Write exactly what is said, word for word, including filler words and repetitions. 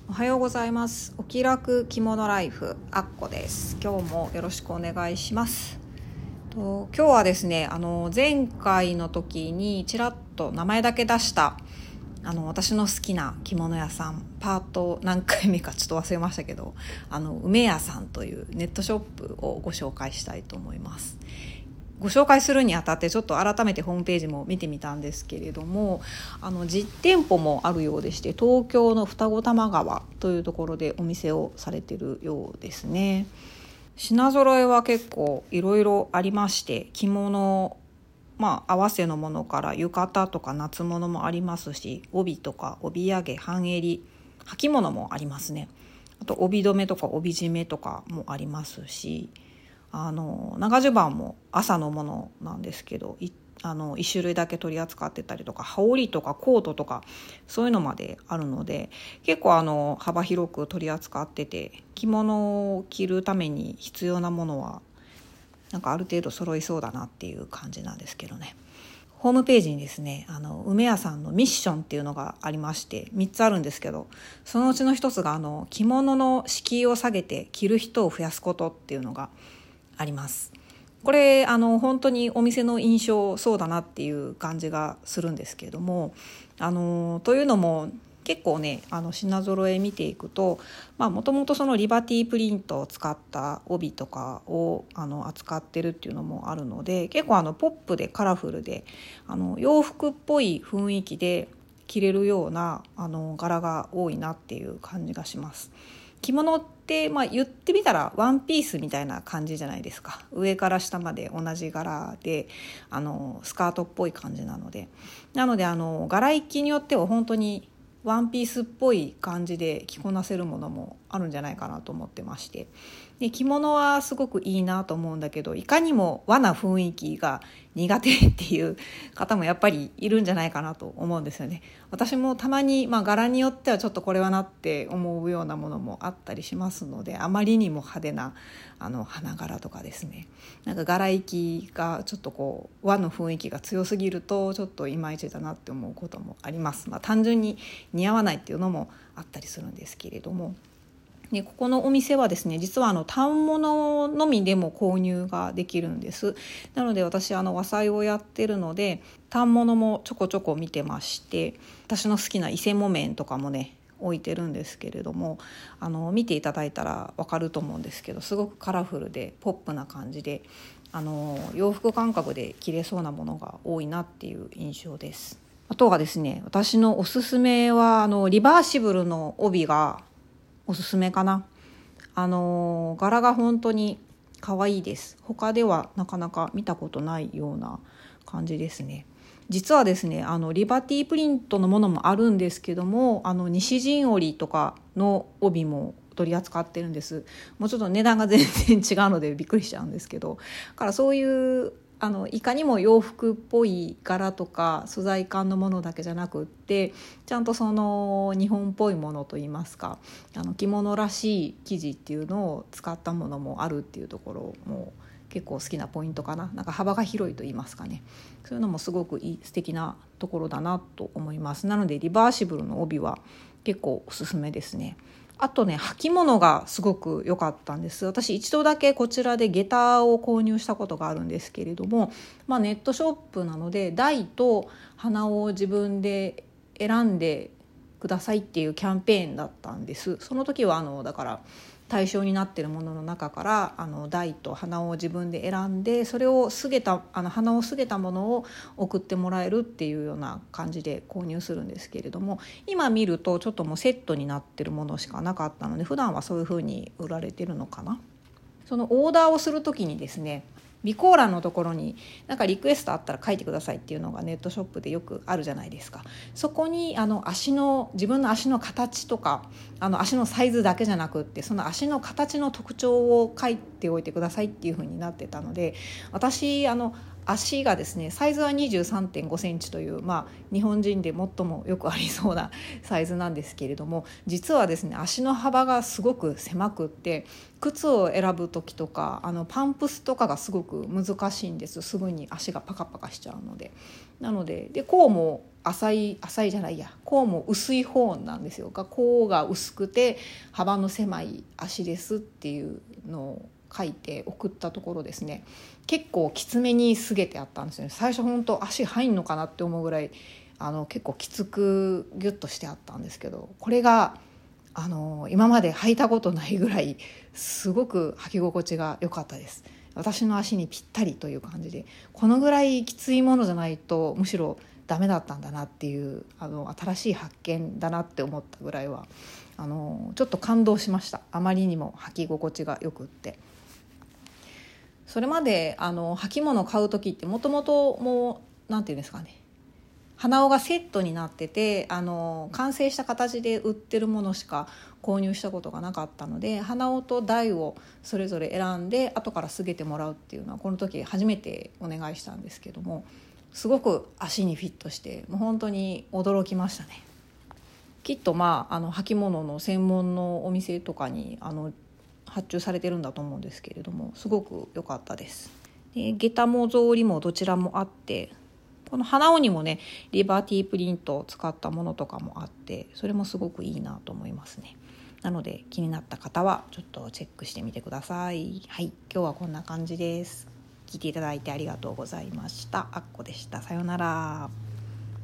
おはようございます。お気楽着物ライフあっこです。今日もよろしくお願いします。と今日はですねあの前回の時にちらっと名前だけ出したあの私の好きな着物屋さんパート何回目かちょっと忘れましたけどあの梅屋さんというネットショップをご紹介したいと思います。ご紹介するにあたってちょっと改めてホームページも見てみたんですけれども、あの実店舗もあるようでして、東京の二子玉川というところでお店をされているようですね。品揃えは結構いろいろありまして、着物、まあ合わせのものから浴衣とか夏物もありますし、帯とか帯揚げ半襟履物もありますね。あと帯留めとか帯締めとかもありますし、あの長襦袢も朝のものなんですけど、いあのいち種類だけ取り扱ってたりとか、羽織とかコートとかそういうのまであるので、結構あの幅広く取り扱ってて、着物を着るために必要なものはなんかある程度揃いそうだなっていう感じなんですけどね。ホームページにですね、あの梅屋さんのミッションっていうのがありまして、みっつあるんですけど、そのうちのひとつがあの着物の敷居を下げて着る人を増やすことっていうのがあります。これあの本当にお店の印象そうだなっていう感じがするんですけれども、あのというのも結構ね、あの品揃え見ていくと、もともとそのリバティプリントを使った帯とかをあの扱ってるっていうのもあるので、結構あのポップでカラフルであの洋服っぽい雰囲気で着れるようなあの柄が多いなっていう感じがします。着物って、まあ、言ってみたらワンピースみたいな感じじゃないですか。上から下まで同じ柄であのスカートっぽい感じなのでなのであの柄行きによっては本当にワンピースっぽい感じで着こなせるものもあるんじゃないかなと思ってまして、で着物はすごくいいなと思うんだけど、いかにも和な雰囲気が苦手っていう方もやっぱりいるんじゃないかなと思うんですよね。私もたまに、まあ、柄によってはちょっとこれはなって思うようなものもあったりしますので、あまりにも派手なあの花柄とかですね、なんか柄行きがちょっとこう和の雰囲気が強すぎるとちょっといまいちだなって思うこともあります。まあ、単純に似合わないっていうのもあったりするんですけれども、でここのお店はですね、実はあの反物のみでも購入ができるんです。なので私あの和裁をやってるので、反物もちょこちょこ見てまして、私の好きな伊勢木綿とかもね置いてるんですけれども、あの見ていただいたら分かると思うんですけど、すごくカラフルでポップな感じで、あの洋服感覚で着れそうなものが多いなっていう印象です。あとはですね、私のおすすめはあのリバーシブルの帯がおすすめかな。あの柄が本当に可愛いです。他ではなかなか見たことないような感じですね。実はですね、あのリバティプリントのものもあるんですけども、あの西陣織とかの帯も取り扱ってるんです。もうちょっと値段が全然違うのでびっくりしちゃうんですけど、だからそういうあのいかにも洋服っぽい柄とか素材感のものだけじゃなくって、ちゃんとその日本っぽいものといいますか、あの着物らしい生地っていうのを使ったものもあるっていうところも結構好きなポイントかな。なんか幅が広いと言いますかね、そういうのもすごくいい素敵なところだなと思います。なのでリバーシブルの帯は結構おすすめですね。あとね、履物がすごく良かったんです。私一度だけこちらで下駄を購入したことがあるんですけれども、まあ、ネットショップなので台と鼻を自分で選んでくださいっていうキャンペーンだったんです。その時はあのだから対象になっているものの中からあの台と鼻を自分で選んで、それをすげたあの鼻をすげたものを送ってもらえるっていうような感じで購入するんですけれども、今見るとちょっともうセットになってるものしかなかったので、普段はそういう風に売られてるのかな。そのオーダーをする時にですね、備考欄のところになんかリクエストあったら書いてくださいっていうのがネットショップでよくあるじゃないですか。そこにあの足の自分の足の形とかあの足のサイズだけじゃなくって、その足の形の特徴を書いておいてくださいっていう風になってたので、私あの足がですねサイズは にじゅうさんてんごセンチという、まあ、日本人で最もよくありそうなサイズなんですけれども、実はですね足の幅がすごく狭くって、靴を選ぶ時とかあのパンプスとかがすごく難しいんです。すぐに足がパカパカしちゃうので。なので、で甲も浅い浅いじゃないや甲も薄い方なんですよ。甲が薄くて幅の狭い足ですっていうのを書いて送ったところですね、結構きつめにすげてあったんですよね。最初本当足入んのかなって思うぐらいあの結構きつくギュッとしてあったんですけど、これがあの今まで履いたことないぐらいすごく履き心地が良かったです。私の足にぴったりという感じで、このぐらいきついものじゃないとむしろダメだったんだなっていう、あの新しい発見だなって思ったぐらいはあのちょっと感動しました。あまりにも履き心地がよくって、それまであの履物買う時ってもともともうなんていうんですかね、鼻緒がセットになっててあの完成した形で売ってるものしか購入したことがなかったので、鼻緒と台をそれぞれ選んで後からすげてもらうっていうのはこの時初めてお願いしたんですけども、すごく足にフィットしてもう本当に驚きましたね。きっとまああの履物の専門のお店とかにあの発注されてるんだと思うんですけれども、すごく良かったです。で下駄も草履もどちらもあって、この鼻緒にもねリバティプリントを使ったものとかもあって、それもすごくいいなと思いますね。なので気になった方はちょっとチェックしてみてください。はい、今日はこんな感じです。聞いていただいてありがとうございました。あっこでした。さようなら。